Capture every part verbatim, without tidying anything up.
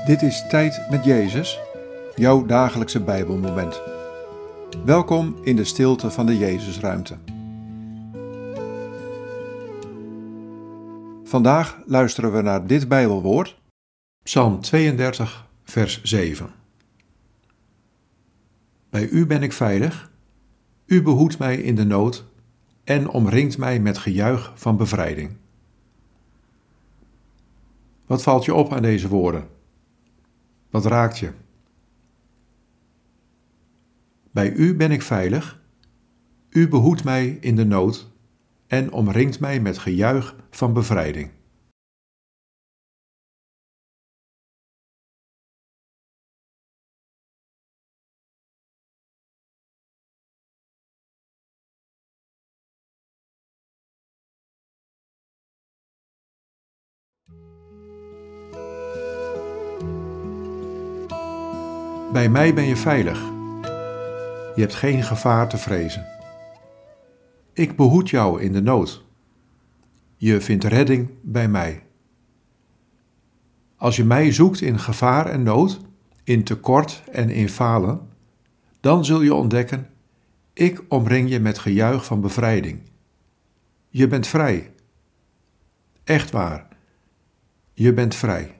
Dit is Tijd met Jezus, jouw dagelijkse Bijbelmoment. Welkom in de stilte van de Jezusruimte. Vandaag luisteren we naar dit Bijbelwoord, Psalm tweeëndertig, vers zeven. Bij u ben ik veilig, u behoedt mij in de nood en omringt mij met gejuich van bevrijding. Wat valt je op aan deze woorden? Wat raakt je? Bij u ben ik veilig, u behoedt mij in de nood en omringt mij met gejuich van bevrijding. Bij mij ben je veilig. Je hebt geen gevaar te vrezen. Ik behoed jou in de nood. Je vindt redding bij mij. Als je mij zoekt in gevaar en nood, in tekort en in falen, dan zul je ontdekken, ik omring je met gejuich van bevrijding. Je bent vrij. Echt waar. Je bent vrij.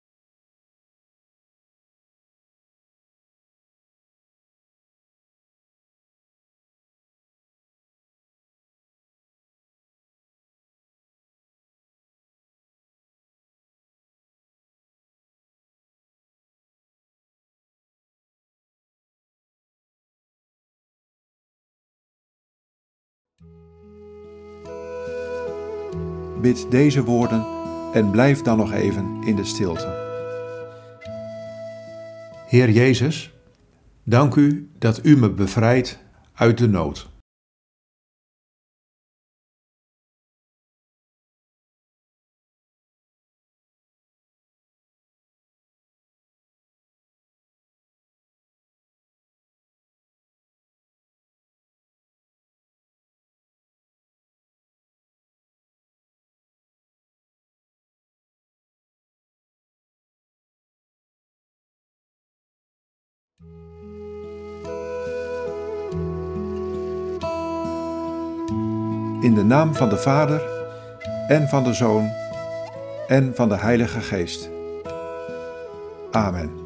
Bid deze woorden en blijf dan nog even in de stilte. Heer Jezus, dank u dat u me bevrijdt uit de nood. In de naam van de Vader, en van de Zoon, en van de Heilige Geest. Amen.